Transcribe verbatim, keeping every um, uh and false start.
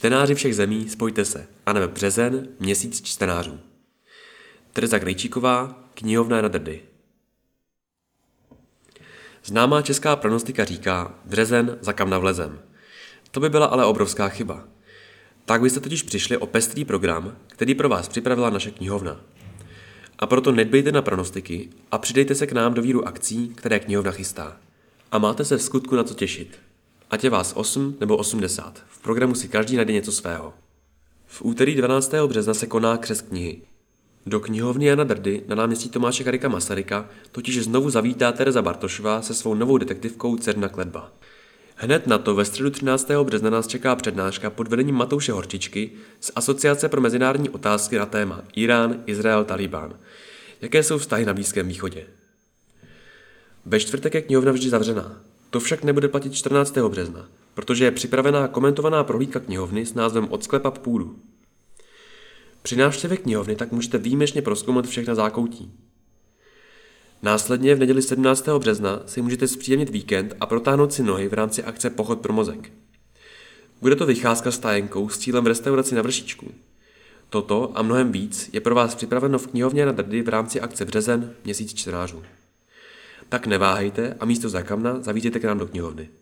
Čtenáři všech zemí, spojte se. A nebe březen, měsíc čtenářů. Tereza Krejčíková, knihovna Jana Drdy. Známá česká pronostika říká, březen za kam navlezem. To by byla ale obrovská chyba. Tak byste totiž přišli o pestrý program, který pro vás připravila naše knihovna. A proto nedbejte na pronostiky a přidejte se k nám do víru akcí, které knihovna chystá. A máte se v skutku na co těšit. Ať je vás osm nebo osmdesát, v programu si každý najde něco svého. V úterý dvanáctého března se koná křest knihy. Do knihovny Jana Drdy na náměstí Tomáše Garrigua Masaryka totiž znovu zavítá Tereza Bartošová se svou novou detektivkou Dcerna kletba. Hned na to ve středu třináctého března nás čeká přednáška pod vedením Matouše Horčičky z Asociace pro mezinárodní otázky na téma Irán, Izrael, Talibán. Jaké jsou vztahy na Blízkém východě? Ve čtvrtek je knihovna vždy zavřená. To však nebude platit čtrnáctého března, protože je připravená komentovaná prohlídka knihovny s názvem Od sklepa k půdu. Při návštěvě knihovny tak můžete výjimečně prozkoumat všechna zákoutí. Následně v neděli sedmnáctého března si můžete zpříjemnit víkend a protáhnout si nohy v rámci akce Pochod pro mozek. Bude to vycházka s tajenkou s cílem v restauraci na Vršičku. Toto a mnohem víc je pro vás připraveno v knihovně Jana Drdy v rámci akce Březen, měsíc čtenářů. Tak neváhejte a místo za kamna zavítejte k nám do knihovny.